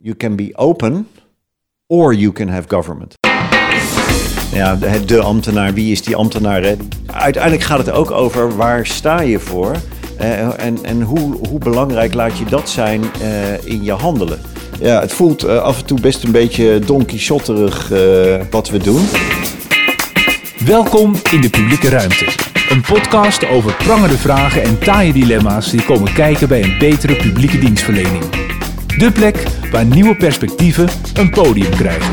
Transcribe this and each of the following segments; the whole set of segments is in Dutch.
You can be open or you can have government. Ja, de ambtenaar, wie is die ambtenaar? Hè? Uiteindelijk gaat het ook over waar sta je voor en hoe belangrijk laat je dat zijn in je handelen. Ja, het voelt af en toe best een beetje Don Quixoterig wat we doen. Welkom in de publieke ruimte. Een podcast over prangende vragen en taaie dilemma's die komen kijken bij een betere publieke dienstverlening. De plek waar nieuwe perspectieven een podium krijgen.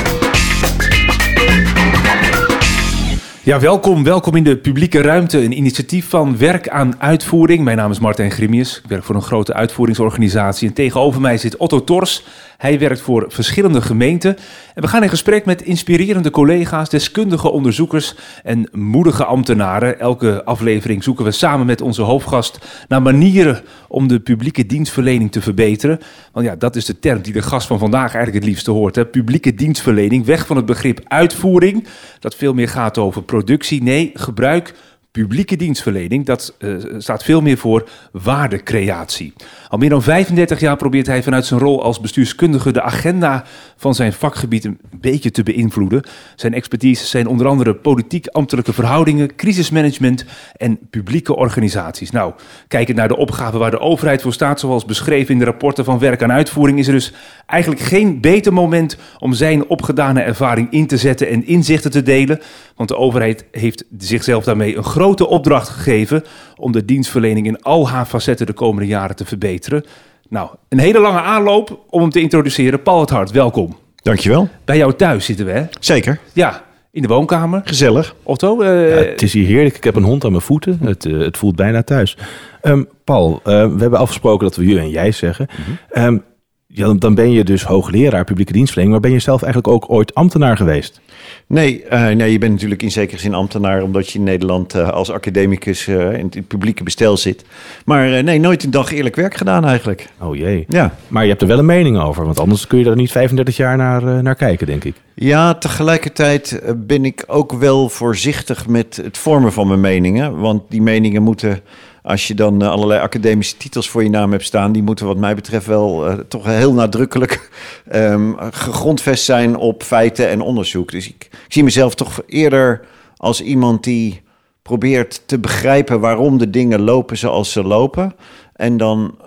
Ja, welkom in de publieke ruimte. Een initiatief van Werk aan Uitvoering. Mijn naam is Martijn Grimius. Ik werk voor een grote uitvoeringsorganisatie. En tegenover mij zit Otto Tors. Hij werkt voor verschillende gemeenten. En we gaan in gesprek met inspirerende collega's, deskundige onderzoekers en moedige ambtenaren. Elke aflevering zoeken we samen met onze hoofdgast naar manieren om de publieke dienstverlening te verbeteren. Want ja, dat is de term die de gast van vandaag eigenlijk het liefste hoort. Hè? Publieke dienstverlening, weg van het begrip uitvoering, dat veel meer gaat over productie. Nee, gebruik. Publieke dienstverlening, dat staat veel meer voor waardecreatie. Al meer dan 35 jaar probeert hij vanuit zijn rol als bestuurskundige de agenda van zijn vakgebied een beetje te beïnvloeden. Zijn expertise zijn onder andere politiek-ambtelijke verhoudingen, crisismanagement en publieke organisaties. Nou, kijkend naar de opgave waar de overheid voor staat, zoals beschreven in de rapporten van Werk aan Uitvoering, is er dus eigenlijk geen beter moment om zijn opgedane ervaring in te zetten en inzichten te delen. Want de overheid heeft zichzelf daarmee een grote opdracht gegeven om de dienstverlening in al haar facetten de komende jaren te verbeteren. Nou, een hele lange aanloop om hem te introduceren. Paul het Hart, welkom. Dankjewel. Bij jou thuis zitten we, hè? Zeker. Ja, in de woonkamer. Gezellig. Otto? Het is hier heerlijk. Ik heb een hond aan mijn voeten. Het voelt bijna thuis. Paul, we hebben afgesproken dat we je en jij zeggen. Mm-hmm. Dan ben je dus hoogleraar publieke dienstverlening, maar ben je zelf eigenlijk ook ooit ambtenaar geweest? Nee, je bent natuurlijk in zekere zin ambtenaar, omdat je in Nederland als academicus in het publieke bestel zit. Maar nee, nooit een dag eerlijk werk gedaan eigenlijk. Oh jee. Ja. Maar je hebt er wel een mening over, want anders kun je er niet 35 jaar naar kijken, denk ik. Ja, tegelijkertijd ben ik ook wel voorzichtig met het vormen van mijn meningen, want die meningen moeten, als je dan allerlei academische titels voor je naam hebt staan, die moeten wat mij betreft wel toch heel nadrukkelijk gegrondvest zijn op feiten en onderzoek. Dus ik zie mezelf toch eerder als iemand die probeert te begrijpen waarom de dingen lopen zoals ze lopen. En dan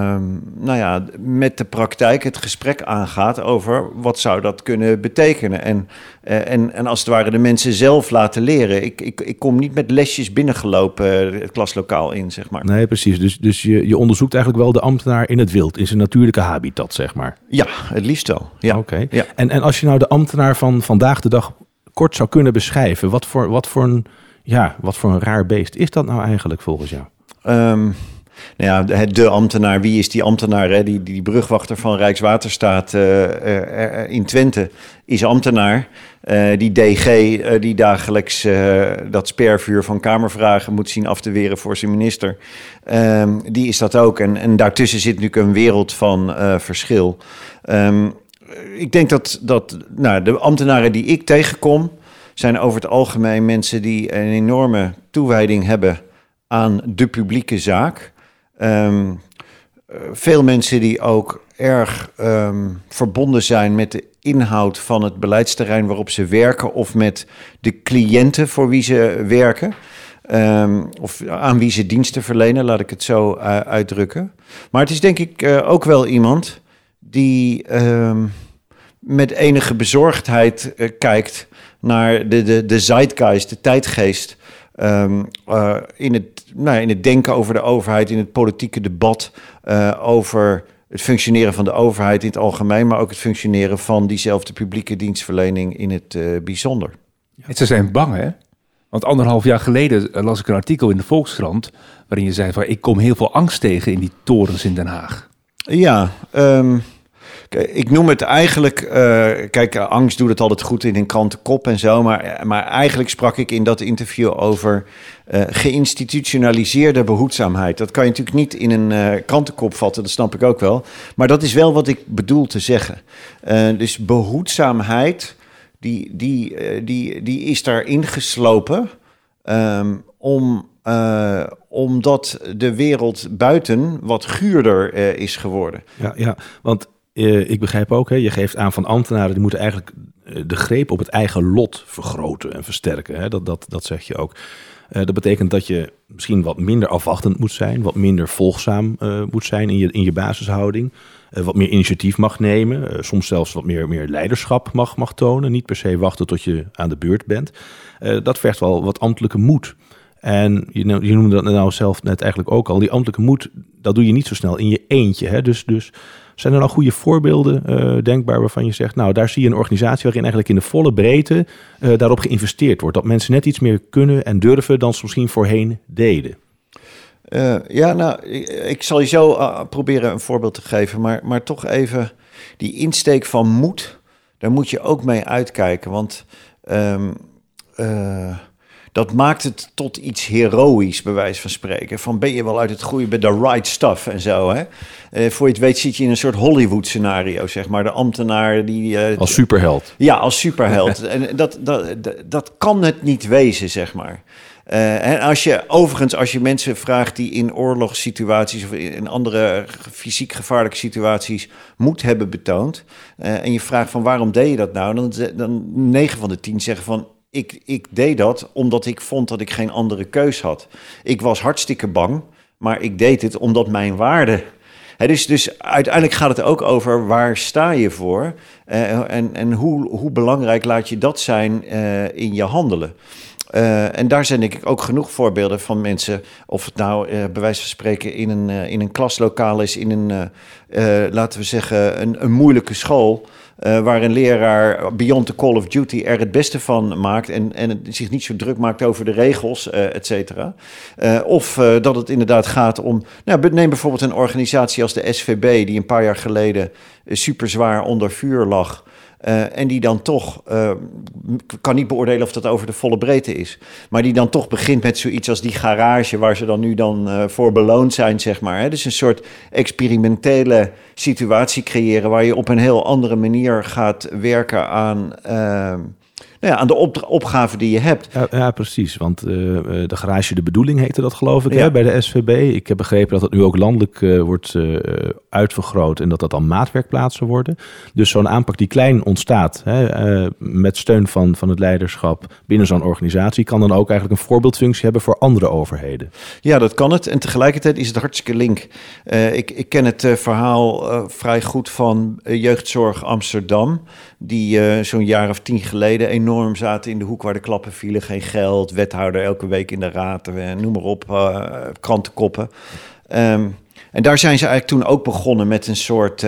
met de praktijk het gesprek aangaat over wat zou dat kunnen betekenen. En als het ware de mensen zelf laten leren. Ik kom niet met lesjes binnengelopen het klaslokaal in, zeg maar. Nee, precies. Dus je onderzoekt eigenlijk wel de ambtenaar in het wild, in zijn natuurlijke habitat, zeg maar. Ja, het liefst wel. Ja. Oké. Ja. En als je nou de ambtenaar van vandaag de dag kort zou kunnen beschrijven, wat voor een raar beest is dat nou eigenlijk volgens jou? De ambtenaar, wie is die ambtenaar? Hè? Die brugwachter van Rijkswaterstaat in Twente is ambtenaar. Die DG die dagelijks dat spervuur van Kamervragen moet zien af te weren voor zijn minister. Die is dat ook. En daartussen zit natuurlijk een wereld van verschil. Ik denk dat de ambtenaren die ik tegenkom zijn over het algemeen mensen die een enorme toewijding hebben aan de publieke zaak. Veel mensen die ook erg verbonden zijn met de inhoud van het beleidsterrein waarop ze werken of met de cliënten voor wie ze werken. Of aan wie ze diensten verlenen, laat ik het zo uitdrukken. Maar het is denk ik ook wel iemand die met enige bezorgdheid kijkt naar de zeitgeist, de tijdgeest. In het denken over de overheid, in het politieke debat over het functioneren van de overheid in het algemeen, maar ook het functioneren van diezelfde publieke dienstverlening in het bijzonder. En ze zijn bang, hè? Want 1,5 jaar geleden las ik een artikel in de Volkskrant waarin je zei van ik kom heel veel angst tegen in die torens in Den Haag. Ja, ik noem het eigenlijk, angst doet het altijd goed in een krantenkop en zo, maar eigenlijk sprak ik in dat interview over geïnstitutionaliseerde behoedzaamheid. Dat kan je natuurlijk niet in een krantenkop vatten, dat snap ik ook wel. Maar dat is wel wat ik bedoel te zeggen. Dus behoedzaamheid, die is daar ingeslopen omdat de wereld buiten wat guurder is geworden. Ja, want ik begrijp ook, je geeft aan van ambtenaren, die moeten eigenlijk de greep op het eigen lot vergroten en versterken. Hè? Dat zeg je ook. Dat betekent dat je misschien wat minder afwachtend moet zijn, wat minder volgzaam moet zijn in je basishouding. Wat meer initiatief mag nemen, soms zelfs wat meer leiderschap mag tonen. Niet per se wachten tot je aan de beurt bent. Dat vergt wel wat ambtelijke moed. En je noemde dat nou zelf net eigenlijk ook al. Die ambtelijke moed, dat doe je niet zo snel in je eentje. Hè? Dus zijn er nou goede voorbeelden denkbaar waarvan je zegt, nou, daar zie je een organisatie waarin eigenlijk in de volle breedte daarop geïnvesteerd wordt. Dat mensen net iets meer kunnen en durven dan ze misschien voorheen deden. Ik zal je zo proberen een voorbeeld te geven, maar toch even die insteek van moed, daar moet je ook mee uitkijken, want dat maakt het tot iets heroïs, bij wijze van spreken. Van ben je wel uit het goede bij de right stuff en zo, hè? Voor je het weet zit je in een soort Hollywood-scenario, zeg maar. De ambtenaar die... als superheld. Ja, als superheld. En dat kan het niet wezen, zeg maar. En als je mensen vraagt die in oorlogssituaties of in andere fysiek gevaarlijke situaties moed hebben betoond, en je vraagt van waarom deed je dat nou, dan 9 van de 10 zeggen van ik deed dat omdat ik vond dat ik geen andere keus had. Ik was hartstikke bang, maar ik deed het omdat mijn waarde. Dus uiteindelijk gaat het ook over waar sta je voor en hoe belangrijk laat je dat zijn in je handelen. En daar zijn denk ik ook genoeg voorbeelden van mensen, of het nou bij wijze van spreken in een klaslokaal is, in een, laten we zeggen, een moeilijke school, waar een leraar beyond the call of duty er het beste van maakt en zich niet zo druk maakt over de regels, et cetera. Of dat het inderdaad gaat om, neem bijvoorbeeld een organisatie als de SVB, die een paar jaar geleden super zwaar onder vuur lag. En die dan toch, kan niet beoordelen of dat over de volle breedte is, maar die dan toch begint met zoiets als die garage waar ze dan nu voor beloond zijn, zeg maar. Hè? Dus een soort experimentele situatie creëren waar je op een heel andere manier gaat werken aan aan de opgave die je hebt. Ja, precies. Want de garage de bedoeling heette dat, geloof ik, hè, bij de SVB. Ik heb begrepen dat het nu ook landelijk wordt uitvergroot en dat dan maatwerkplaatsen worden. Dus zo'n aanpak die klein ontstaat, met steun van het leiderschap binnen zo'n organisatie, kan dan ook eigenlijk een voorbeeldfunctie hebben voor andere overheden. Ja, dat kan het. En tegelijkertijd is het hartstikke link. Ik ken het verhaal vrij goed van Jeugdzorg Amsterdam, die zo'n jaar of 10 geleden enorm zaten in de hoek waar de klappen vielen. Geen geld, wethouder elke week in de raad, noem maar op, krantenkoppen. En daar zijn ze eigenlijk toen ook begonnen met een soort,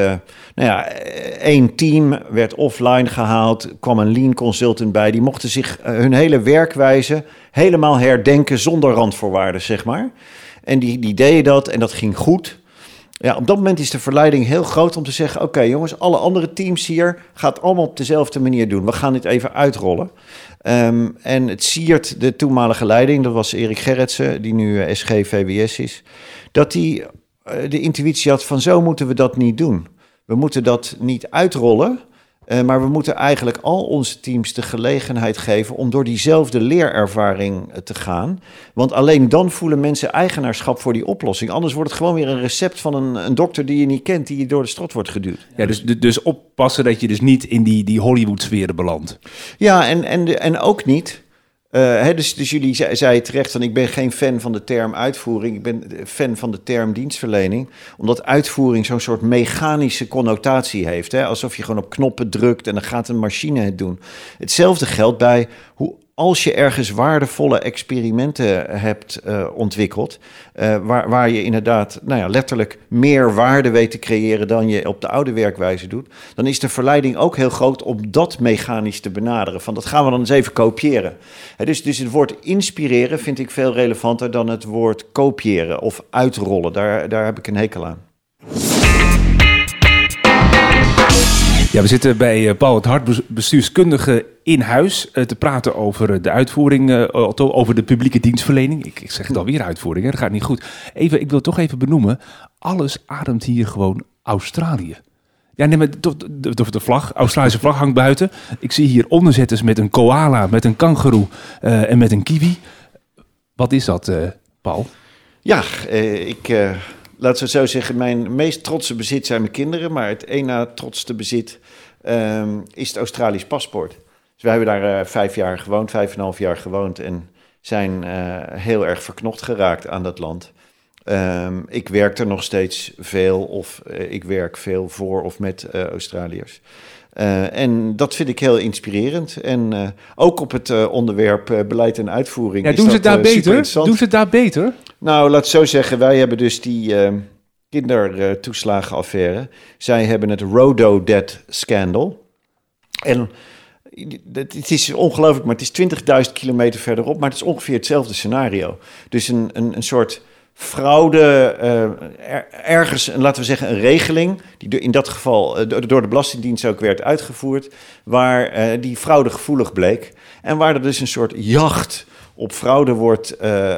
één team werd offline gehaald, kwam een lean consultant bij, die mochten zich hun hele werkwijze helemaal herdenken zonder randvoorwaarden, zeg maar. En die deden dat en dat ging goed. Ja, op dat moment is de verleiding heel groot om te zeggen, oké, jongens, alle andere teams hier gaan het allemaal op dezelfde manier doen. We gaan dit even uitrollen. En het siert de toenmalige leiding, dat was Erik Gerritsen, die nu SG-VWS is, dat hij de intuïtie had van zo moeten we dat niet doen. We moeten dat niet uitrollen, maar we moeten eigenlijk al onze teams de gelegenheid geven om door diezelfde leerervaring te gaan. Want alleen dan voelen mensen eigenaarschap voor die oplossing. Anders wordt het gewoon weer een recept van een dokter die je niet kent, die je door de strot wordt geduwd. Ja, dus oppassen dat je dus niet in die Hollywood-sferen belandt. Ja, en ook niet. Dus jullie zeiden terecht van ik ben geen fan van de term uitvoering. Ik ben fan van de term dienstverlening. Omdat uitvoering zo'n soort mechanische connotatie heeft. Alsof je gewoon op knoppen drukt en dan gaat een machine het doen. Hetzelfde geldt bij als je ergens waardevolle experimenten hebt ontwikkeld, waar je inderdaad letterlijk meer waarde weet te creëren dan je op de oude werkwijze doet, dan is de verleiding ook heel groot om dat mechanisch te benaderen. Van dat gaan we dan eens even kopiëren. Dus het woord inspireren vind ik veel relevanter dan het woord kopiëren of uitrollen. Daar heb ik een hekel aan. Ja, we zitten bij Paul het Hart, bestuurskundige in huis, te praten over de uitvoering, over de publieke dienstverlening. Ik zeg het alweer uitvoering, hè? Dat gaat niet goed. Ik wil het toch even benoemen, alles ademt hier gewoon Australië. Ja, nee, maar de vlag, Australische vlag hangt buiten. Ik zie hier onderzetters met een koala, met een kangoeroe en met een kiwi. Wat is dat, Paul? Ja, laten we het zo zeggen, mijn meest trotse bezit zijn mijn kinderen. Maar het één na trotste bezit is het Australisch paspoort. Dus wij hebben daar 5,5 jaar gewoond en zijn heel erg verknocht geraakt aan dat land. Ik werk er nog steeds veel of ik werk veel voor of met Australiërs. En dat vind ik heel inspirerend. En ook op het onderwerp beleid en uitvoering. Ja, doen ze het daar beter? Doen ze het daar beter? Nou, laat het zo zeggen. Wij hebben dus die kindertoeslagenaffaire. Zij hebben het Rodo-Debt scandal. En het is ongelooflijk, maar het is 20.000 kilometer verderop. Maar het is ongeveer hetzelfde scenario. Dus een soort fraude, ergens, laten we zeggen, een regeling, die in dat geval door de Belastingdienst ook werd uitgevoerd, waar die fraude gevoelig bleek. En waar er dus een soort jacht op fraude wordt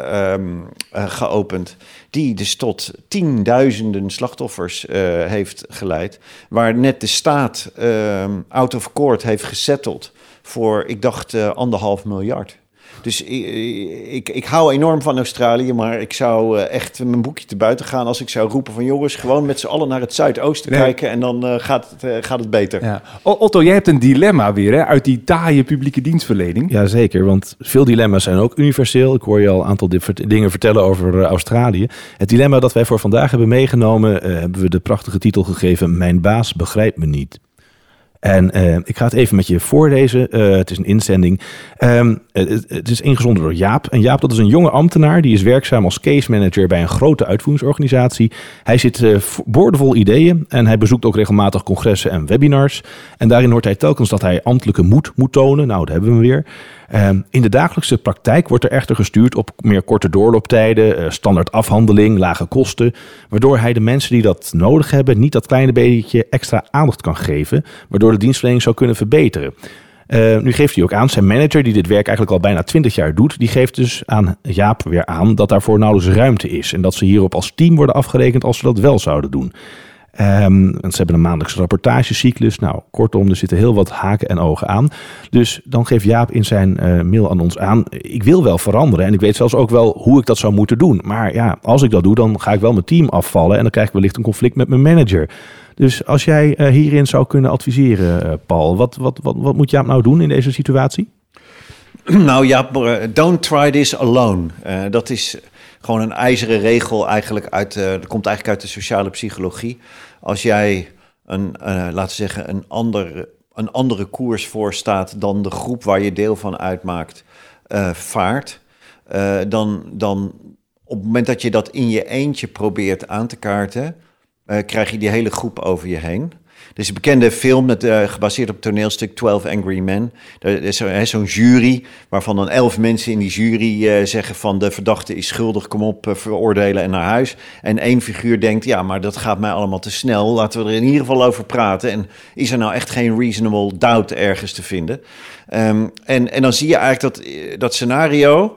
geopend, die dus tot tienduizenden slachtoffers heeft geleid. Waar net de staat out of court heeft gesetteld voor, ik dacht, 1,5 miljard. Dus ik hou enorm van Australië, maar ik zou echt mijn boekje te buiten gaan als ik zou roepen van jongens, gewoon met z'n allen naar het zuidoosten kijken en dan gaat het beter. Ja. Otto, jij hebt een dilemma weer hè, uit die taaie publieke dienstverlening. Jazeker, want veel dilemma's zijn ook universeel. Ik hoor je al een aantal dingen vertellen over Australië. Het dilemma dat wij voor vandaag hebben meegenomen, hebben we de prachtige titel gegeven: Mijn baas begrijpt me niet. En ik ga het even met je voorlezen. Het is een inzending. Het is ingezonden door Jaap. En Jaap, dat is een jonge ambtenaar. Die is werkzaam als case manager bij een grote uitvoeringsorganisatie. Hij zit boordevol ideeën. En hij bezoekt ook regelmatig congressen en webinars. En daarin hoort hij telkens dat hij ambtelijke moed moet tonen. Nou, daar hebben we hem weer. In de dagelijkse praktijk wordt er echter gestuurd op meer korte doorlooptijden, standaard afhandeling, lage kosten, waardoor hij de mensen die dat nodig hebben niet dat kleine beetje extra aandacht kan geven, waardoor de dienstverlening zou kunnen verbeteren. Nu geeft hij ook aan, zijn manager, die dit werk eigenlijk al bijna 20 jaar doet, die geeft dus aan Jaap weer aan dat daarvoor nauwelijks ruimte is en dat ze hierop als team worden afgerekend als ze dat wel zouden doen. Want ze hebben een maandelijkse rapportagecyclus. Nou, kortom, er zitten heel wat haken en ogen aan. Dus dan geeft Jaap in zijn mail aan ons aan: ik wil wel veranderen en ik weet zelfs ook wel hoe ik dat zou moeten doen. Maar ja, als ik dat doe, dan ga ik wel mijn team afvallen en dan krijg ik wellicht een conflict met mijn manager. Dus als jij hierin zou kunnen adviseren, Paul, wat moet Jaap nou doen in deze situatie? Nou Jaap, don't try this alone. Dat is gewoon een ijzeren regel eigenlijk dat komt eigenlijk uit de sociale psychologie. Als jij laten we zeggen, een andere koers voorstaat dan de groep waar je deel van uitmaakt, vaart, dan op het moment dat je dat in je eentje probeert aan te kaarten, krijg je die hele groep over je heen. Er is een bekende film gebaseerd op het toneelstuk 12 Angry Men. Er is zo'n jury waarvan dan 11 mensen in die jury zeggen van de verdachte is schuldig, kom op, veroordelen en naar huis. En 1 figuur denkt, ja, maar dat gaat mij allemaal te snel. Laten we er in ieder geval over praten. En is er nou echt geen reasonable doubt ergens te vinden? En dan zie je eigenlijk dat scenario,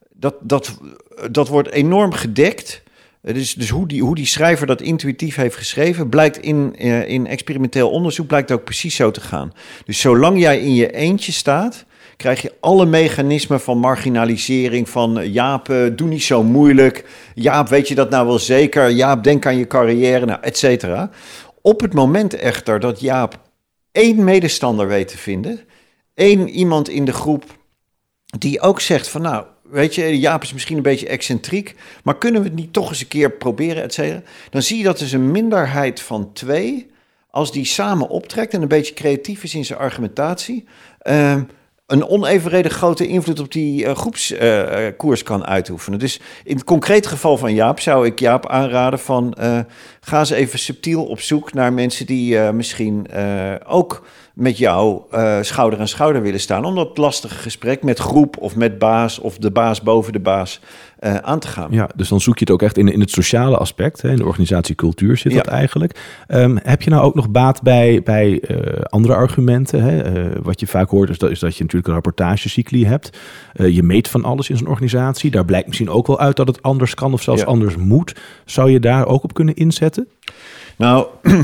dat wordt enorm gedekt. Dus hoe die schrijver dat intuïtief heeft geschreven, blijkt in experimenteel onderzoek blijkt ook precies zo te gaan. Dus zolang jij in je eentje staat, krijg je alle mechanismen van marginalisering, van Jaap, doe niet zo moeilijk. Jaap, weet je dat nou wel zeker? Jaap, denk aan je carrière, nou, et cetera. Op het moment echter dat Jaap 1 medestander weet te vinden, 1 iemand in de groep die ook zegt van nou, weet je, Jaap is misschien een beetje excentriek, maar kunnen we het niet toch eens een keer proberen, et cetera? Dan zie je dat dus een minderheid van 2, als die samen optrekt en een beetje creatief is in zijn argumentatie, een onevenredig grote invloed op die groepskoers kan uitoefenen. Dus in het concreet geval van Jaap zou ik Jaap aanraden van ga eens even subtiel op zoek naar mensen die misschien ook met jou schouder aan schouder willen staan, om dat lastige gesprek met groep of met baas of de baas boven de baas aan te gaan. Ja, dus dan zoek je het ook echt in het sociale aspect. Hè? In de organisatiecultuur zit dat eigenlijk. Heb je nou ook nog baat bij andere argumenten? Hè? Wat je vaak hoort is dat je natuurlijk een rapportagecycli hebt. Je meet van alles in zo'n organisatie. Daar blijkt misschien ook wel uit dat het anders kan of zelfs anders moet. Zou je daar ook op kunnen inzetten? Nou,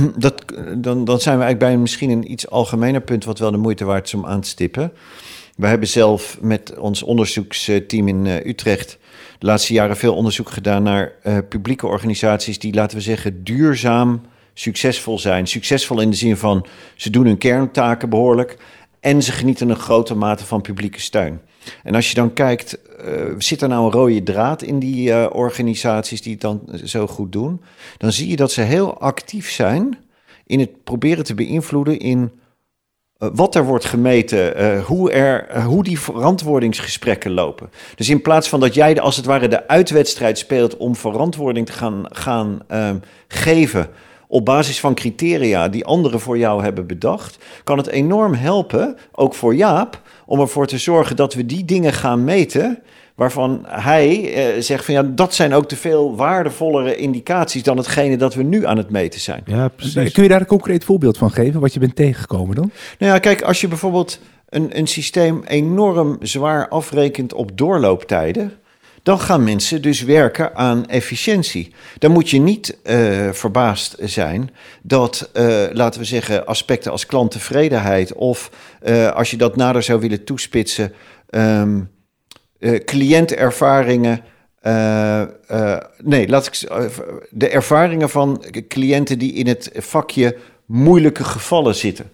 dan zijn we eigenlijk bij misschien een iets algemener punt wat wel de moeite waard is om aan te stippen. We hebben zelf met ons onderzoeksteam in Utrecht de laatste jaren veel onderzoek gedaan naar publieke organisaties die, laten we zeggen, duurzaam succesvol zijn. Succesvol in de zin van ze doen hun kerntaken behoorlijk en ze genieten een grote mate van publieke steun. En als je dan kijkt, zit er nou een rode draad in die organisaties die het dan zo goed doen? Dan zie je dat ze heel actief zijn in het proberen te beïnvloeden in wat er wordt gemeten, hoe die verantwoordingsgesprekken lopen. Dus in plaats van dat jij als het ware de uitwedstrijd speelt om verantwoording te gaan geven op basis van criteria die anderen voor jou hebben bedacht, kan het enorm helpen, ook voor Jaap, om ervoor te zorgen dat we die dingen gaan meten waarvan hij zegt van ja, dat zijn ook te veel waardevollere indicaties dan hetgene dat we nu aan het meten zijn. Ja, precies. Kun je daar een concreet voorbeeld van geven, wat je bent tegengekomen dan? Nou ja, kijk, als je bijvoorbeeld een systeem enorm zwaar afrekent op doorlooptijden, dan gaan mensen dus werken aan efficiëntie. Dan moet je niet verbaasd zijn dat, laten we zeggen, aspecten als klanttevredenheid of als je dat nader zou willen toespitsen, cliëntervaringen. De ervaringen van cliënten die in het vakje moeilijke gevallen zitten.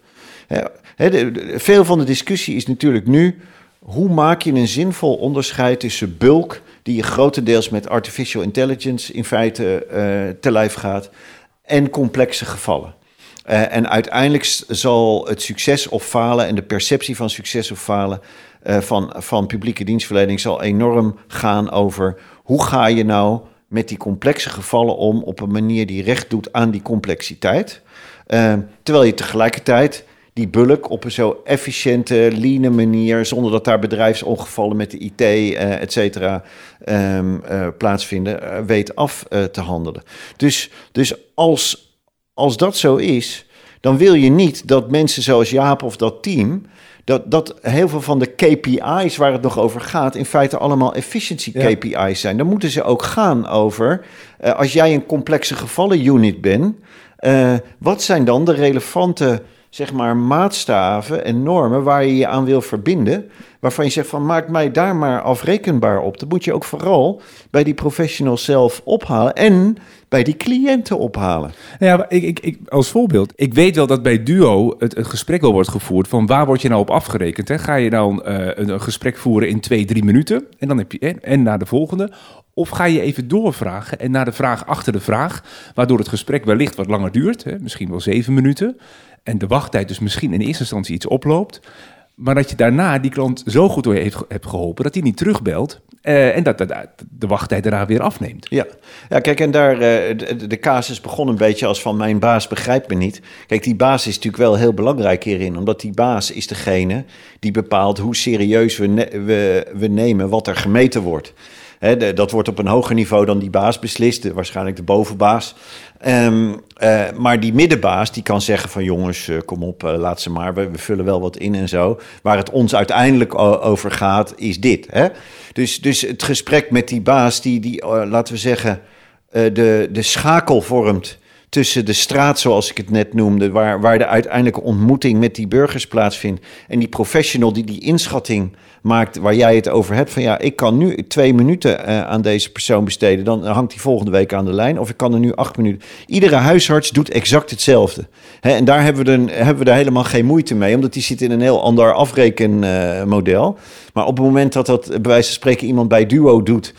Veel van de discussie is natuurlijk nu, hoe maak je een zinvol onderscheid tussen bulk, die je grotendeels met artificial intelligence in feite te lijf gaat, en complexe gevallen. En uiteindelijk zal het succes of falen en de perceptie van succes of falen van publieke dienstverlening zal enorm gaan over hoe ga je nou met die complexe gevallen om op een manier die recht doet aan die complexiteit. Terwijl je tegelijkertijd die bulk op een zo efficiënte, lean manier, zonder dat daar bedrijfsongevallen met de IT, et cetera, plaatsvinden, weet af te handelen. Dus als dat zo is, dan wil je niet dat mensen zoals Jaap of dat team, dat heel veel van de KPI's waar het nog over gaat, in feite allemaal efficiency KPI's zijn. Dan moeten ze ook gaan over, als jij een complexe gevallen-unit bent, wat zijn dan de relevante, zeg maar, maatstaven en normen waar je je aan wil verbinden, waarvan je zegt van maak mij daar maar afrekenbaar op. Dat moet je ook vooral bij die professionals zelf ophalen en bij die cliënten ophalen. Ja, ik als voorbeeld, ik weet wel dat bij Duo het gesprek wel wordt gevoerd van waar word je nou op afgerekend? Hè? Ga je nou een gesprek voeren in 2-3 minuten en dan heb je en naar de volgende? Of ga je even doorvragen en naar de vraag achter de vraag, waardoor het gesprek wellicht wat langer duurt, hè? Misschien wel 7 minuten. En de wachttijd dus misschien in eerste instantie iets oploopt. Maar dat je daarna die klant zo goed door je hebt geholpen dat hij niet terugbelt. En dat de wachttijd daarna weer afneemt. Ja, kijk, en daar de casus begon een beetje als van mijn baas begrijpt me niet. Kijk, die baas is natuurlijk wel heel belangrijk hierin. Omdat die baas is degene die bepaalt hoe serieus we nemen wat er gemeten wordt. Dat wordt op een hoger niveau dan die baas beslist, waarschijnlijk de bovenbaas. Maar die middenbaas die kan zeggen van jongens, kom op, laat ze maar, we vullen wel wat in en zo. Waar het ons uiteindelijk over gaat, is dit. Hè? Dus het gesprek met die baas die laten we zeggen, de schakel vormt tussen de straat, zoals ik het net noemde, waar de uiteindelijke ontmoeting met die burgers plaatsvindt, en die professional die inschatting maakt waar jij het over hebt, van ja, ik kan nu 2 minuten aan deze persoon besteden, dan hangt die volgende week aan de lijn, of ik kan er nu 8 minuten. Iedere huisarts doet exact hetzelfde. En daar hebben we er helemaal geen moeite mee, omdat die zit in een heel ander afrekenmodel. Maar op het moment dat bij wijze van spreken iemand bij Duo doet,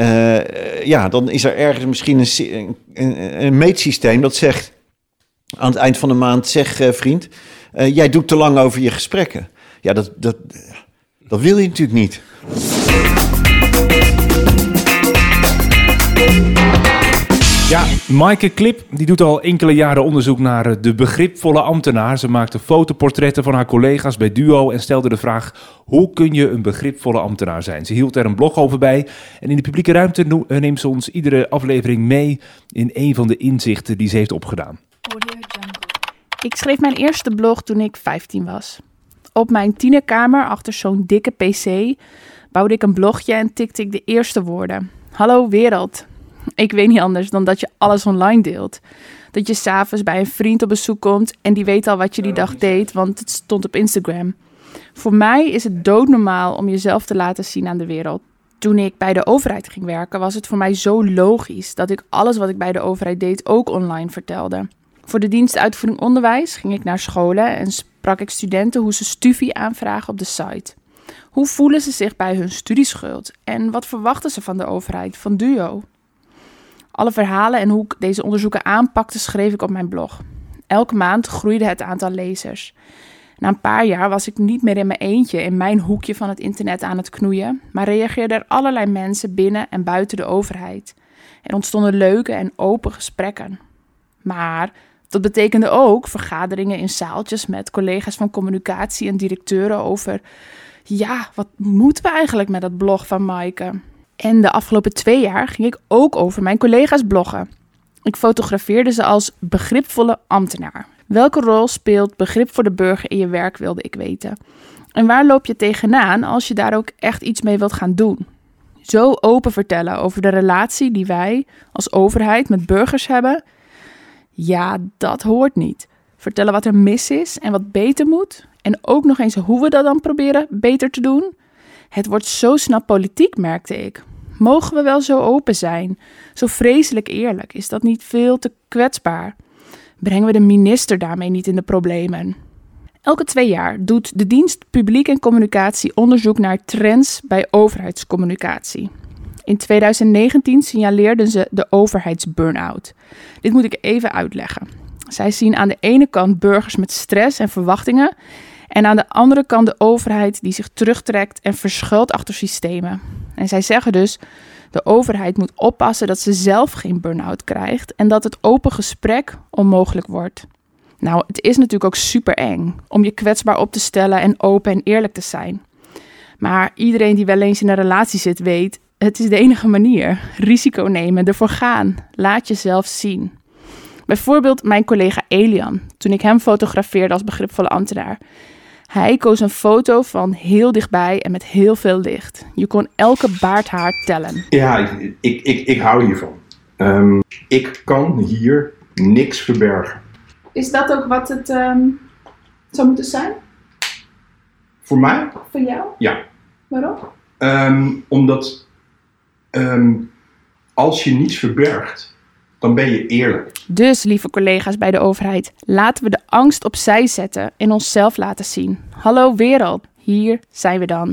dan is er ergens misschien een meetsysteem dat zegt aan het eind van de maand, zeg vriend, jij doet te lang over je gesprekken. Ja, dat wil je natuurlijk niet. Ja, Maaike Klip die doet al enkele jaren onderzoek naar de begripvolle ambtenaar. Ze maakte fotoportretten van haar collega's bij Duo en stelde de vraag: hoe kun je een begripvolle ambtenaar zijn? Ze hield er een blog over bij en in de publieke ruimte neemt ze ons iedere aflevering mee in een van de inzichten die ze heeft opgedaan. Ik schreef mijn eerste blog toen ik 15 was. Op mijn tienerkamer achter zo'n dikke pc bouwde ik een blogje en tikte ik de eerste woorden. Hallo wereld. Ik weet niet anders dan dat je alles online deelt. Dat je 's avonds bij een vriend op bezoek komt en die weet al wat je die dag deed, want het stond op Instagram. Voor mij is het doodnormaal om jezelf te laten zien aan de wereld. Toen ik bij de overheid ging werken, was het voor mij zo logisch dat ik alles wat ik bij de overheid deed ook online vertelde. Voor de dienst uitvoering onderwijs ging ik naar scholen en sprak ik studenten hoe ze studie aanvragen op de site. Hoe voelen ze zich bij hun studieschuld en wat verwachten ze van de overheid, van DUO? Alle verhalen en hoe ik deze onderzoeken aanpakte schreef ik op mijn blog. Elke maand groeide het aantal lezers. Na een paar jaar was ik niet meer in mijn eentje in mijn hoekje van het internet aan het knoeien, maar reageerden er allerlei mensen binnen en buiten de overheid. Er ontstonden leuke en open gesprekken. Maar dat betekende ook vergaderingen in zaaltjes met collega's van communicatie en directeuren over, wat moeten we eigenlijk met dat blog van Maaike? En de afgelopen 2 jaar ging ik ook over mijn collega's bloggen. Ik fotografeerde ze als begripvolle ambtenaar. Welke rol speelt begrip voor de burger in je werk, wilde ik weten. En waar loop je tegenaan als je daar ook echt iets mee wilt gaan doen? Zo open vertellen over de relatie die wij als overheid met burgers hebben, dat hoort niet. Vertellen wat er mis is en wat beter moet. En ook nog eens hoe we dat dan proberen beter te doen. Het wordt zo snel politiek, merkte ik. Mogen we wel zo open zijn? Zo vreselijk eerlijk? Is dat niet veel te kwetsbaar? Brengen we de minister daarmee niet in de problemen? Elke 2 jaar doet de dienst Publiek en Communicatie onderzoek naar trends bij overheidscommunicatie. In 2019 signaleerden ze de overheidsburn-out. Dit moet ik even uitleggen. Zij zien aan de ene kant burgers met stress en verwachtingen en aan de andere kant de overheid die zich terugtrekt en verschuilt achter systemen. En zij zeggen dus, de overheid moet oppassen dat ze zelf geen burn-out krijgt en dat het open gesprek onmogelijk wordt. Nou, het is natuurlijk ook super eng om je kwetsbaar op te stellen en open en eerlijk te zijn. Maar iedereen die wel eens in een relatie zit weet, het is de enige manier. Risico nemen, ervoor gaan, laat jezelf zien. Bijvoorbeeld mijn collega Elian, toen ik hem fotografeerde als begripvolle ambtenaar. Hij koos een foto van heel dichtbij en met heel veel licht. Je kon elke baardhaar tellen. Ja, ik hou hiervan. Ik kan hier niks verbergen. Is dat ook wat het zou moeten zijn? Voor mij? Voor jou? Ja. Waarom? Omdat als je niets verbergt, dan ben je eerlijk. Dus, lieve collega's bij de overheid, laten we de angst opzij zetten en onszelf laten zien. Hallo wereld, hier zijn we dan.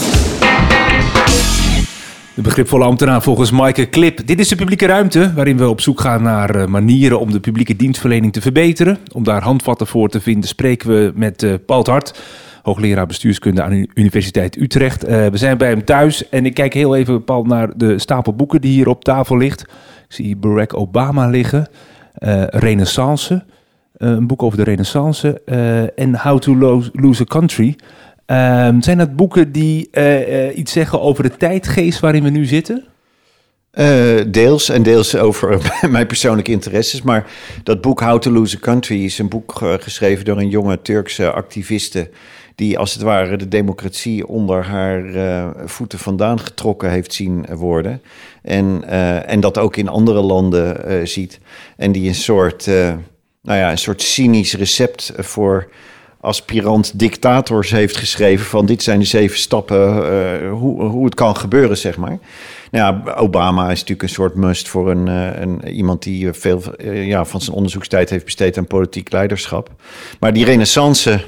De begripvolle ambtenaar volgens Maaike Klip. Dit is de publieke ruimte waarin we op zoek gaan naar manieren om de publieke dienstverlening te verbeteren. Om daar handvatten voor te vinden spreken we met Paul 't Hart, hoogleraar bestuurskunde aan de Universiteit Utrecht. We zijn bij hem thuis en ik kijk heel even, Paul, naar de stapel boeken die hier op tafel ligt. Ik zie Barack Obama liggen, Renaissance, een boek over de Renaissance en How to Lose a Country. Zijn dat boeken die iets zeggen over de tijdgeest waarin we nu zitten? Deels en deels over mijn persoonlijke interesses. Maar dat boek How to Lose a Country is een boek geschreven door een jonge Turkse activiste die als het ware de democratie onder haar voeten vandaan getrokken heeft zien worden. En dat ook in andere landen ziet. En die een soort cynisch recept voor aspirant-dictators heeft geschreven van dit zijn de 7 stappen hoe het kan gebeuren, zeg maar. Nou ja, Obama is natuurlijk een soort must voor iemand die veel van zijn onderzoekstijd heeft besteed aan politiek leiderschap. Maar die Renaissance,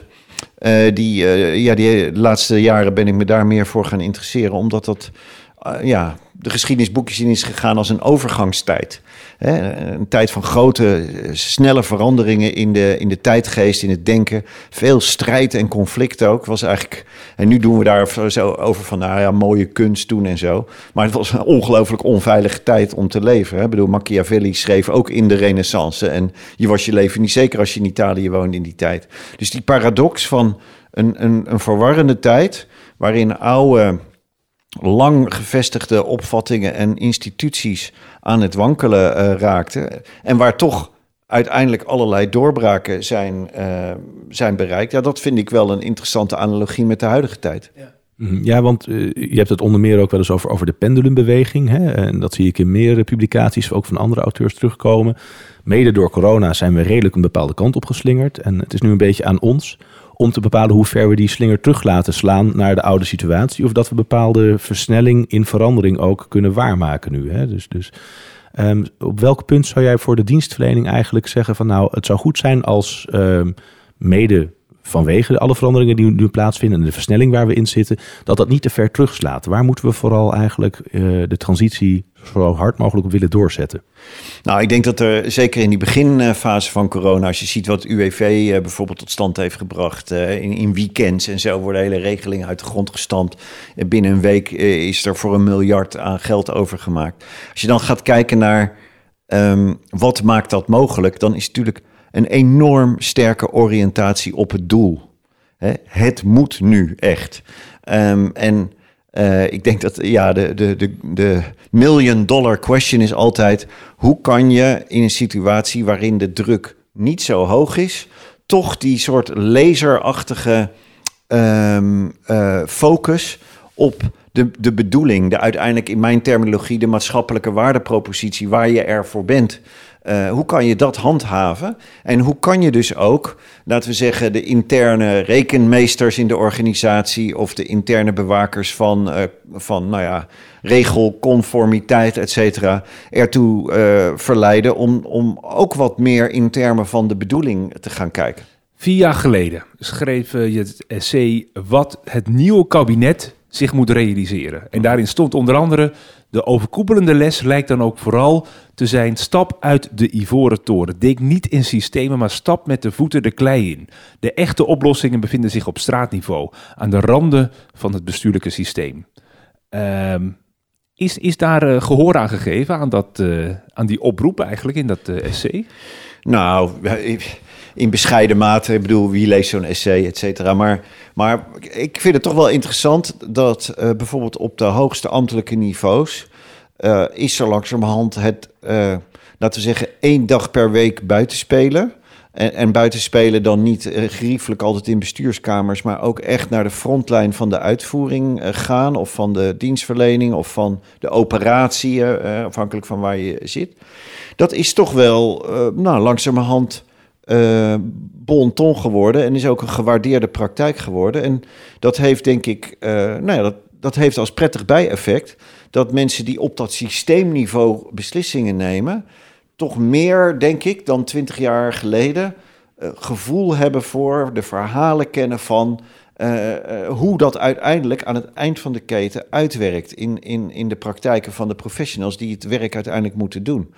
de laatste jaren ben ik me daar meer voor gaan interesseren, omdat dat de geschiedenisboekjes in is gegaan als een overgangstijd. Een tijd van grote, snelle veranderingen in de tijdgeest, in het denken. Veel strijd en conflict ook. Was eigenlijk, en nu doen we daar zo over van, mooie kunst doen en zo. Maar het was een ongelooflijk onveilige tijd om te leven. Ik bedoel, Machiavelli schreef ook in de Renaissance. En je was je leven niet zeker als je in Italië woonde in die tijd. Dus die paradox van een verwarrende tijd, waarin oude, lang gevestigde opvattingen en instituties aan het wankelen raakten. En waar toch uiteindelijk allerlei doorbraken zijn bereikt. Ja, dat vind ik wel een interessante analogie met de huidige tijd. Ja, want je hebt het onder meer ook wel eens over de pendulumbeweging. Hè? En dat zie ik in meerdere publicaties, ook van andere auteurs terugkomen. Mede door corona zijn we redelijk een bepaalde kant op geslingerd. En het is nu een beetje aan ons om te bepalen hoe ver we die slinger terug laten slaan naar de oude situatie, of dat we bepaalde versnelling in verandering ook kunnen waarmaken nu. Hè? Dus op welk punt zou jij voor de dienstverlening eigenlijk zeggen van nou, het zou goed zijn als mede vanwege alle veranderingen die nu plaatsvinden en de versnelling waar we in zitten, dat niet te ver terugslaat? Waar moeten we vooral eigenlijk de transitie zo hard mogelijk op willen doorzetten? Nou, ik denk dat er zeker in die beginfase van corona, als je ziet wat UWV bijvoorbeeld tot stand heeft gebracht, in weekends en zo worden hele regelingen uit de grond gestampt. Binnen een week is er voor $1 miljard aan geld overgemaakt. Als je dan gaat kijken naar wat maakt dat mogelijk, dan is het natuurlijk een enorm sterke oriëntatie op het doel. Het moet nu echt. Ik denk dat de $1 million question is altijd: hoe kan je in een situatie waarin de druk niet zo hoog is, toch die soort laserachtige focus op de bedoeling, de uiteindelijk in mijn terminologie de maatschappelijke waardepropositie waar je ervoor bent. Hoe kan je dat handhaven? En hoe kan je dus ook, laten we zeggen, de interne rekenmeesters in de organisatie of de interne bewakers van regelconformiteit, et cetera, ertoe verleiden om ook wat meer in termen van de bedoeling te gaan kijken. 4 jaar geleden schreef je het essay Wat het nieuwe kabinet zich moet realiseren. En daarin stond onder andere: de overkoepelende les lijkt dan ook vooral te zijn: stap uit de ivoren toren. Denk niet in systemen, maar stap met de voeten de klei in. De echte oplossingen bevinden zich op straatniveau, aan de randen van het bestuurlijke systeem. Is daar gehoor aan gegeven aan die oproep eigenlijk in dat essay? Nou, in bescheiden mate. Ik bedoel, wie leest zo'n essay, et cetera. Maar ik vind het toch wel interessant dat bijvoorbeeld op de hoogste ambtelijke niveaus is er langzamerhand laten we zeggen, 1 dag per week buitenspelen. En buitenspelen dan niet geriefelijk altijd in bestuurskamers, maar ook echt naar de frontlijn van de uitvoering gaan, of van de dienstverlening, of van de operatie, afhankelijk van waar je zit. Dat is toch wel langzamerhand bon ton geworden en is ook een gewaardeerde praktijk geworden. En dat heeft, denk ik, dat heeft als prettig bijeffect dat mensen die op dat systeemniveau beslissingen nemen, toch meer, denk ik, dan 20 jaar geleden gevoel hebben voor, de verhalen kennen van hoe dat uiteindelijk aan het eind van de keten uitwerkt in de praktijken van de professionals die het werk uiteindelijk moeten doen.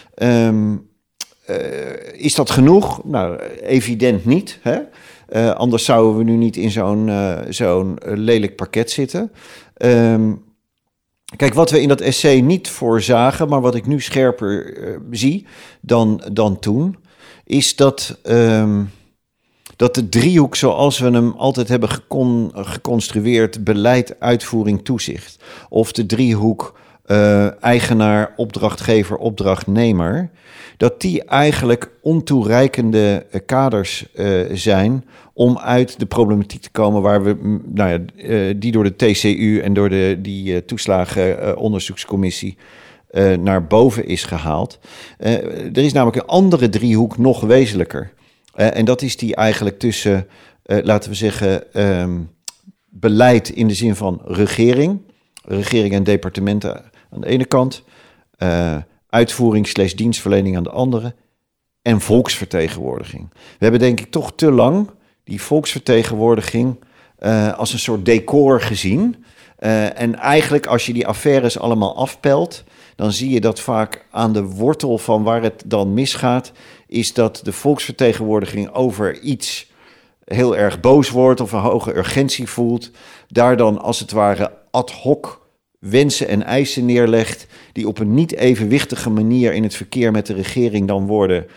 Is dat genoeg? Nou, evident niet. Hè? Anders zouden we nu niet in zo'n lelijk pakket zitten. Kijk, wat we in dat essay niet voorzagen, maar wat ik nu scherper zie dan toen, is dat de driehoek zoals we hem altijd hebben geconstrueerd, beleid, uitvoering, toezicht, of de driehoek eigenaar, opdrachtgever, opdrachtnemer, dat die eigenlijk ontoereikende kaders zijn om uit de problematiek te komen waar we, die door de TCU en door die toeslagenonderzoekscommissie naar boven is gehaald. Er is namelijk een andere driehoek nog wezenlijker. En dat is die eigenlijk tussen, laten we zeggen, beleid in de zin van regering en departementen aan de ene kant, uitvoering / dienstverlening aan de andere, en volksvertegenwoordiging. We hebben denk ik toch te lang die volksvertegenwoordiging als een soort decor gezien. En eigenlijk als je die affaires allemaal afpelt, dan zie je dat vaak aan de wortel van waar het dan misgaat, is dat de volksvertegenwoordiging over iets heel erg boos wordt of een hoge urgentie voelt, daar dan als het ware ad hoc wensen en eisen neerlegt die op een niet evenwichtige manier in het verkeer met de regering dan worden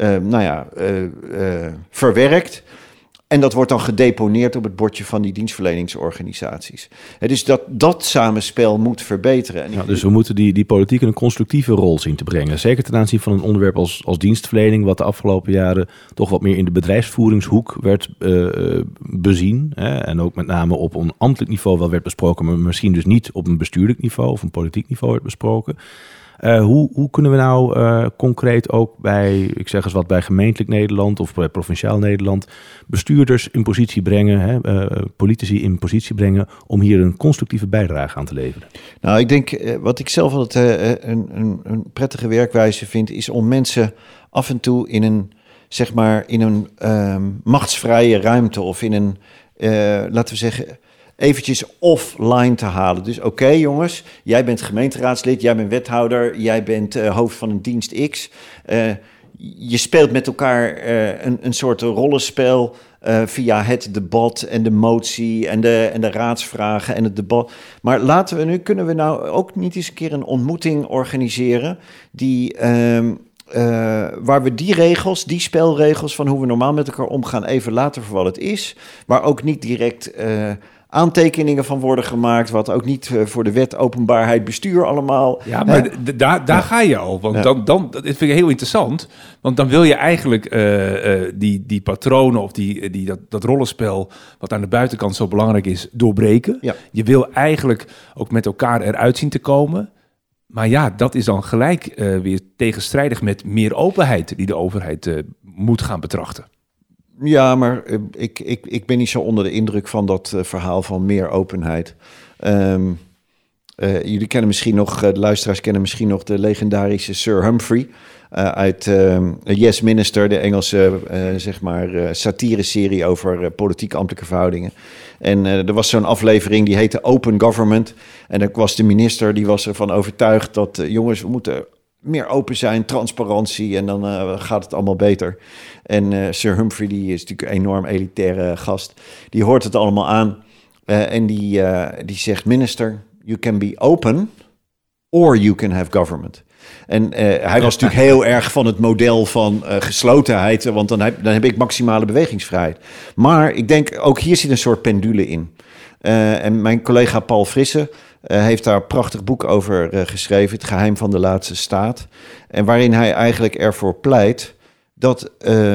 verwerkt. En dat wordt dan gedeponeerd op het bordje van die dienstverleningsorganisaties. Dus dat samenspel moet verbeteren. Ja, dus we moeten die politiek in een constructieve rol zien te brengen. Zeker ten aanzien van een onderwerp als dienstverlening, wat de afgelopen jaren toch wat meer in de bedrijfsvoeringshoek werd bezien. En ook met name op een ambtelijk niveau wel werd besproken, maar misschien dus niet op een bestuurlijk niveau of een politiek niveau werd besproken. Hoe kunnen we nou concreet ook bij, ik zeg eens wat, bij gemeentelijk Nederland of bij provinciaal Nederland bestuurders in positie brengen, politici in positie brengen om hier een constructieve bijdrage aan te leveren? Nou, ik denk, wat ik zelf altijd een prettige werkwijze vind, is om mensen af en toe in een machtsvrije ruimte of in een, laten we zeggen, eventjes offline te halen. Dus oké, jongens, jij bent gemeenteraadslid, jij bent wethouder, jij bent hoofd van een dienst X. Je speelt met elkaar een soort rollenspel via het debat en de motie en de raadsvragen en het debat. Maar kunnen we nou ook niet eens een keer een ontmoeting organiseren die waar we die spelregels van hoe we normaal met elkaar omgaan even laten voor wat het is, waar ook niet direct aantekeningen van worden gemaakt, wat ook niet voor de wet openbaarheid bestuur allemaal. Ja, maar daar ga je al. Want dan, dat vind ik heel interessant. Want dan wil je eigenlijk die patronen of dat rollenspel, wat aan de buitenkant zo belangrijk is, doorbreken. Ja. Je wil eigenlijk ook met elkaar eruit zien te komen. Maar ja, dat is dan gelijk weer tegenstrijdig met meer openheid die de overheid moet gaan betrachten. Ja, maar ik ben niet zo onder de indruk van dat verhaal van meer openheid. Jullie kennen misschien nog, de luisteraars kennen misschien nog de legendarische Sir Humphrey uit Yes Minister, de Engelse satire-serie over politiek-ambtelijke verhoudingen. En er was zo'n aflevering die heette Open Government. En dan was de minister, die was ervan overtuigd dat jongens, we moeten meer open zijn, transparantie en dan gaat het allemaal beter. En Sir Humphrey, die is natuurlijk een enorm elitaire gast, die hoort het allemaal aan en die zegt, minister, you can be open or you can have government. En hij was natuurlijk heel erg van het model van geslotenheid, want dan heb ik maximale bewegingsvrijheid. Maar ik denk, ook hier zit een soort pendule in. En mijn collega Paul Frisse heeft daar een prachtig boek over geschreven, Het geheim van de laatste staat. En waarin hij eigenlijk ervoor pleit dat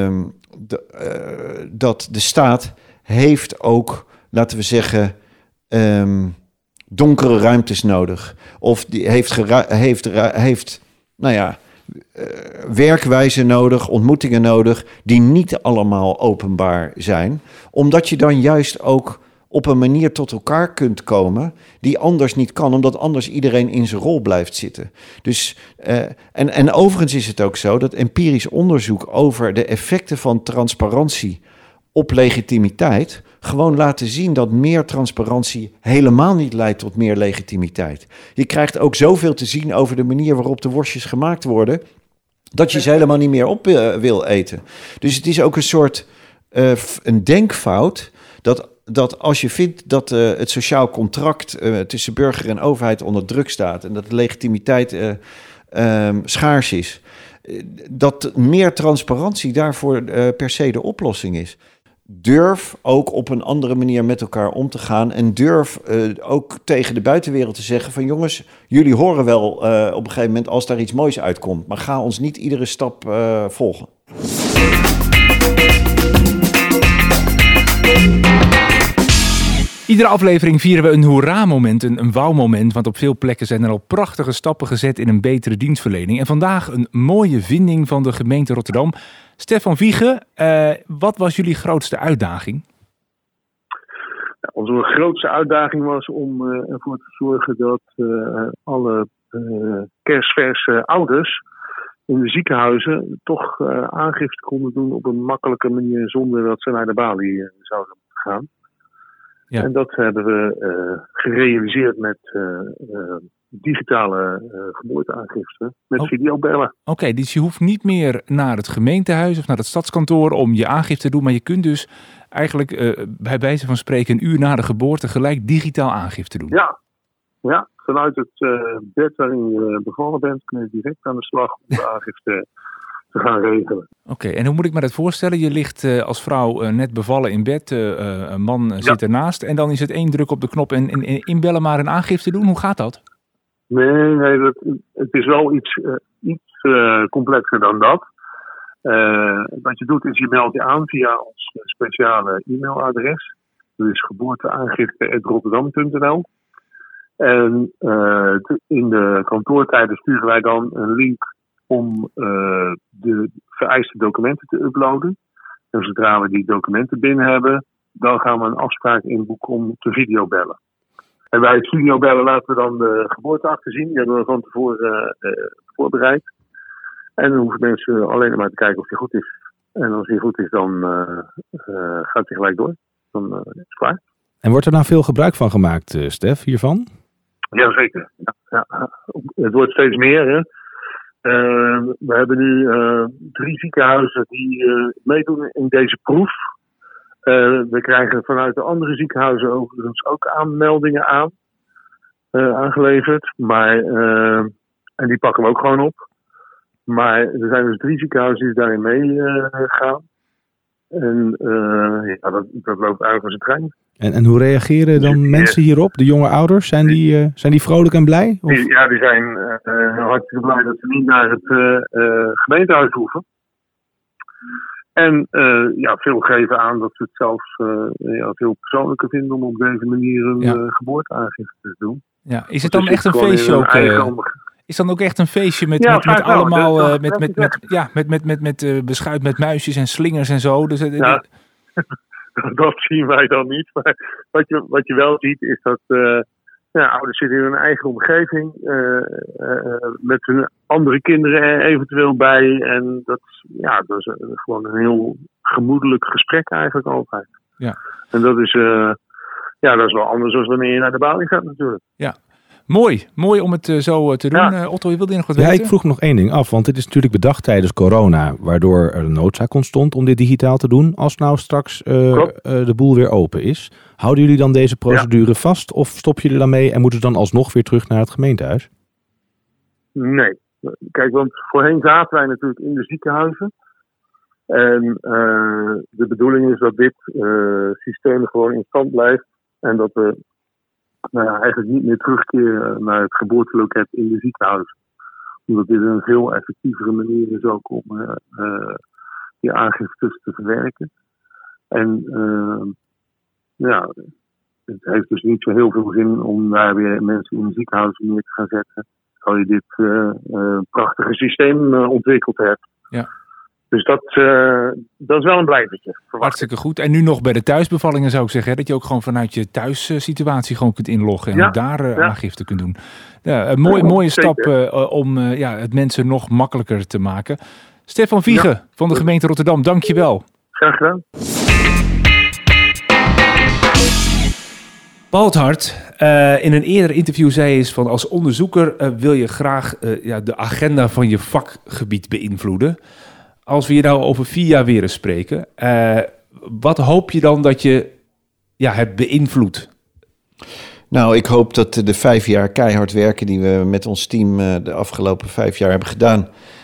de staat heeft ook, laten we zeggen, donkere ruimtes nodig. Of die heeft werkwijzen nodig, ontmoetingen nodig, die niet allemaal openbaar zijn. Omdat je dan juist ook op een manier tot elkaar kunt komen die anders niet kan, omdat anders iedereen in zijn rol blijft zitten. Dus, en overigens is het ook zo dat empirisch onderzoek over de effecten van transparantie op legitimiteit gewoon laten zien dat meer transparantie helemaal niet leidt tot meer legitimiteit. Je krijgt ook zoveel te zien over de manier waarop de worstjes gemaakt worden, dat je ze helemaal niet meer op wil eten. Dus het is ook een soort een denkfout dat als je vindt dat het sociaal contract tussen burger en overheid onder druk staat en dat de legitimiteit schaars is, dat meer transparantie daarvoor per se de oplossing is. Durf ook op een andere manier met elkaar om te gaan en durf ook tegen de buitenwereld te zeggen van jongens, jullie horen wel op een gegeven moment als daar iets moois uitkomt, maar ga ons niet iedere stap volgen. Iedere aflevering vieren we een hoera-moment, een wauw-moment, want op veel plekken zijn er al prachtige stappen gezet in een betere dienstverlening. En vandaag een mooie vinding van de gemeente Rotterdam. Stefan Wiegen, wat was jullie grootste uitdaging? Onze grootste uitdaging was om ervoor te zorgen dat alle kerstverse ouders in de ziekenhuizen toch aangifte konden doen op een makkelijke manier zonder dat ze naar de balie zouden gaan. Ja. En dat hebben we gerealiseerd met digitale geboorteaangifte met videobellen. Oké, dus je hoeft niet meer naar het gemeentehuis of naar het stadskantoor om je aangifte te doen, maar je kunt dus eigenlijk bij wijze van spreken een uur na de geboorte gelijk digitaal aangifte doen. Ja, vanuit het bed waarin je bevallen bent kun je direct aan de slag om de aangifte te gaan regelen. Oké, en hoe moet ik me dat voorstellen? Je ligt als vrouw net bevallen in bed, een man zit ernaast en dan is het 1 druk op de knop en inbellen maar een aangifte doen. Hoe gaat dat? Nee, het is wel iets complexer dan dat. Wat je doet is je meldt je aan via ons speciale e-mailadres. Dat is geboorteaangifte@rotterdam.nl. En in de kantoortijden sturen wij dan een link om de vereiste documenten te uploaden. En zodra we die documenten binnen hebben, dan gaan we een afspraak inboeken om te videobellen. En bij het videobellen laten we dan de geboorteakte zien. Die hebben we van tevoren voorbereid. En dan hoeven mensen alleen maar te kijken of die goed is. En als die goed is, dan gaat hij gelijk door. Dan is het klaar. En wordt er nou veel gebruik van gemaakt, Stef, hiervan? Jazeker. Ja. Het wordt steeds meer. Hè. We hebben nu 3 ziekenhuizen die meedoen in deze proef. We krijgen vanuit de andere ziekenhuizen overigens ook aanmeldingen aangeleverd. En die pakken we ook gewoon op. Maar er zijn dus 3 ziekenhuizen die daarin meegaan. En dat loopt eigenlijk als een trein. En hoe reageren dan mensen hierop? De jonge ouders? Zijn die vrolijk en blij? Of? Die zijn hartstikke blij dat ze niet naar het gemeentehuis hoeven. En veel geven aan dat ze het zelfs veel persoonlijker vinden om op deze manier een geboorteaangifte te doen. Ja, is het dan echt een feestje ook? Is dan ook echt een feestje met allemaal met beschuit met muisjes en slingers en zo? Dus, dat zien wij dan niet. Maar wat je wel ziet is dat ouders zitten in hun eigen omgeving met hun andere kinderen eventueel bij. En dat is gewoon een heel gemoedelijk gesprek eigenlijk altijd. Ja. En dat is wel anders dan wanneer je naar de balie gaat natuurlijk. Ja. Mooi om het zo te doen. Ja. Otto, je wilde nog wat weten? Ja, ik vroeg nog één ding af, want dit is natuurlijk bedacht tijdens corona, waardoor er een noodzaak ontstond om dit digitaal te doen. Als nou straks de boel weer open is, houden jullie dan deze procedure vast of stop je er dan mee en moeten ze dan alsnog weer terug naar het gemeentehuis? Nee. Kijk, want voorheen zaten wij natuurlijk in de ziekenhuizen. En de bedoeling is dat dit systeem gewoon in stand blijft en dat we eigenlijk niet meer terugkeren naar het geboorteloket in de ziekenhuis. Omdat dit een veel effectievere manier is ook om die aangiftes te verwerken. En het heeft dus niet zo heel veel zin om daar weer mensen in een ziekenhuis neer te gaan zetten. Terwijl je dit prachtige systeem ontwikkeld hebt. Ja. Dus dat is wel een blijvertje. Hartstikke goed. En nu nog bij de thuisbevallingen zou ik zeggen, hè, dat je ook gewoon vanuit je thuissituatie gewoon kunt inloggen en ook daar aangifte kunt doen. Ja, een mooie stap om het mensen nog makkelijker te maken. Stefan Wiegen van de gemeente Rotterdam, dank je wel. Graag gedaan. Paul 't Hart, in een eerder interview zei eens van als onderzoeker wil je graag de agenda van je vakgebied beïnvloeden. Als we hier nou over 4 jaar weer eens spreken, wat hoop je dan dat je hebt beïnvloed? Nou, ik hoop dat de 5 jaar keihard werken die we met ons team de afgelopen 5 jaar hebben gedaan,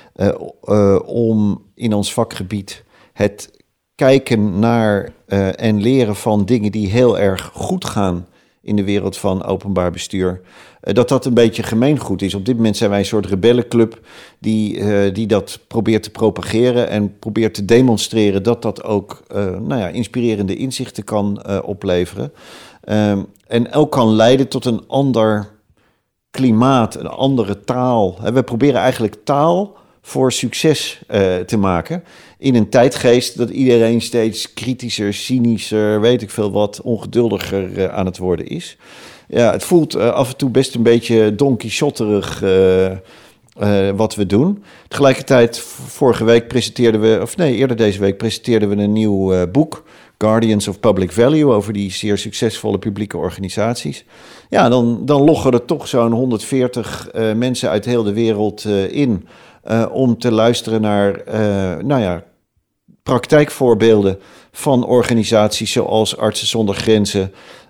om in ons vakgebied het kijken naar en leren van dingen die heel erg goed gaan in de wereld van openbaar bestuur, dat een beetje gemeengoed is. Op dit moment zijn wij een soort rebellenclub die dat probeert te propageren en probeert te demonstreren dat dat ook inspirerende inzichten kan opleveren. En ook kan leiden tot een ander klimaat, een andere taal. We proberen eigenlijk taal voor succes te maken in een tijdgeest dat iedereen steeds kritischer, cynischer, weet ik veel wat, ongeduldiger aan het worden is. Ja, het voelt af en toe best een beetje Don Quixoterig wat we doen. Tegelijkertijd, eerder deze week presenteerden we een nieuw boek, Guardians of Public Value, over die zeer succesvolle publieke organisaties. Ja, dan loggen er toch zo'n 140 mensen uit heel de wereld in om te luisteren naar praktijkvoorbeelden van organisaties zoals Artsen zonder Grenzen,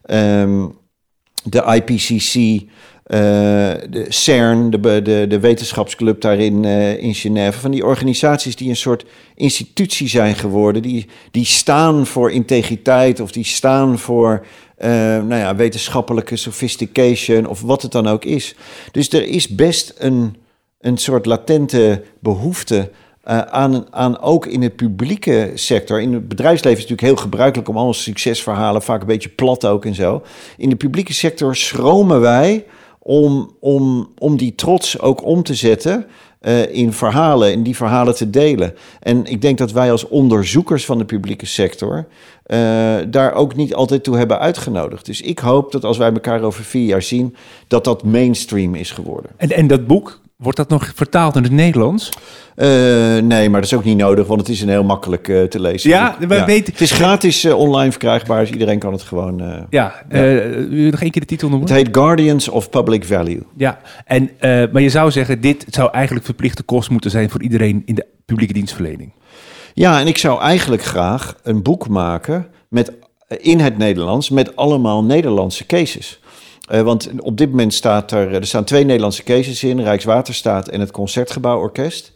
de IPCC, de CERN, de wetenschapsclub daarin in Genève. Van die organisaties die een soort institutie zijn geworden, die staan voor integriteit of die staan voor wetenschappelijke sophistication of wat het dan ook is. Dus er is best een soort latente behoefte aan ook in het publieke sector. In het bedrijfsleven is het natuurlijk heel gebruikelijk om allemaal succesverhalen, vaak een beetje plat ook en zo. In de publieke sector schromen wij om die trots ook om te zetten in verhalen, in die verhalen te delen. En ik denk dat wij als onderzoekers van de publieke sector daar ook niet altijd toe hebben uitgenodigd. Dus ik hoop dat als wij elkaar over 4 jaar zien, dat mainstream is geworden. En dat boek, wordt dat nog vertaald in het Nederlands? Nee, maar dat is ook niet nodig, want het is een heel makkelijk te lezen boek. Het is gratis online verkrijgbaar, dus iedereen kan het gewoon... nog één keer de titel noemen? Het heet Guardians of Public Value. Ja, maar je zou zeggen, dit zou eigenlijk verplichte kost moeten zijn voor iedereen in de publieke dienstverlening. Ja, en ik zou eigenlijk graag een boek maken in het Nederlands met allemaal Nederlandse cases. Want op dit moment er staan 2 Nederlandse cases in, Rijkswaterstaat en het Concertgebouworkest.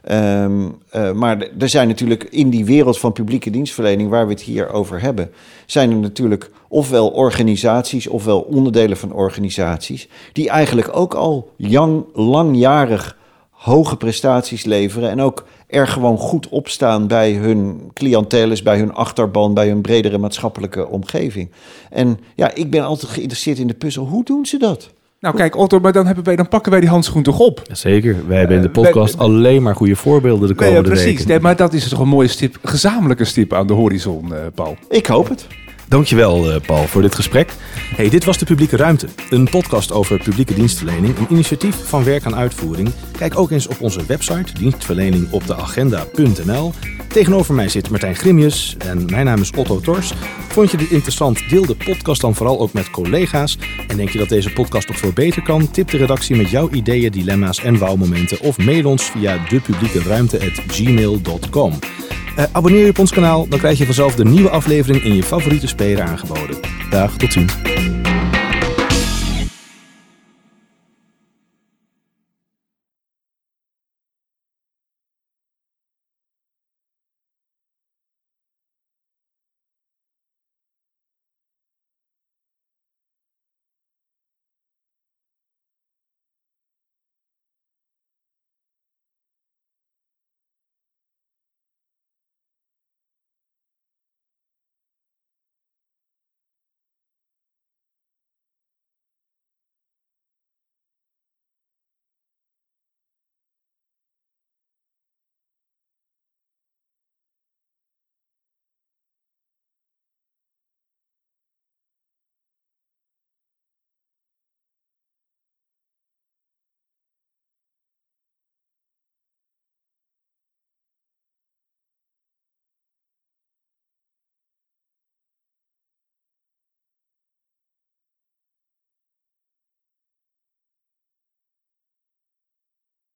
Maar er zijn natuurlijk in die wereld van publieke dienstverlening waar we het hier over hebben, zijn er natuurlijk ofwel organisaties ofwel onderdelen van organisaties die eigenlijk ook al langjarig hoge prestaties leveren en ook er gewoon goed op staan bij hun cliëntelen, bij hun achterban, bij hun bredere maatschappelijke omgeving. En ja, ik ben altijd geïnteresseerd in de puzzel. Hoe doen ze dat? Nou kijk Otto, maar dan pakken wij die handschoen toch op? Zeker, wij hebben in de podcast alleen maar goede voorbeelden de komende weken. Precies, nee, maar dat is toch een mooie gezamenlijke stip aan de horizon, Paul. Ik hoop het. Dankjewel, Paul, voor dit gesprek. Dit was De Publieke Ruimte, een podcast over publieke dienstverlening, een initiatief van Werk aan Uitvoering. Kijk ook eens op onze website, dienstverleningopdeagenda.nl. Tegenover mij zit Martijn Grimius en mijn naam is Otto Tors. Vond je dit interessant? Deel de podcast dan vooral ook met collega's. En denk je dat deze podcast nog veel beter kan? Tip de redactie met jouw ideeën, dilemma's en wauwmomenten of mail ons via depubliekeruimte@gmail.com. Abonneer je op ons kanaal, dan krijg je vanzelf de nieuwe aflevering in je favoriete speler aangeboden. Dag, tot ziens.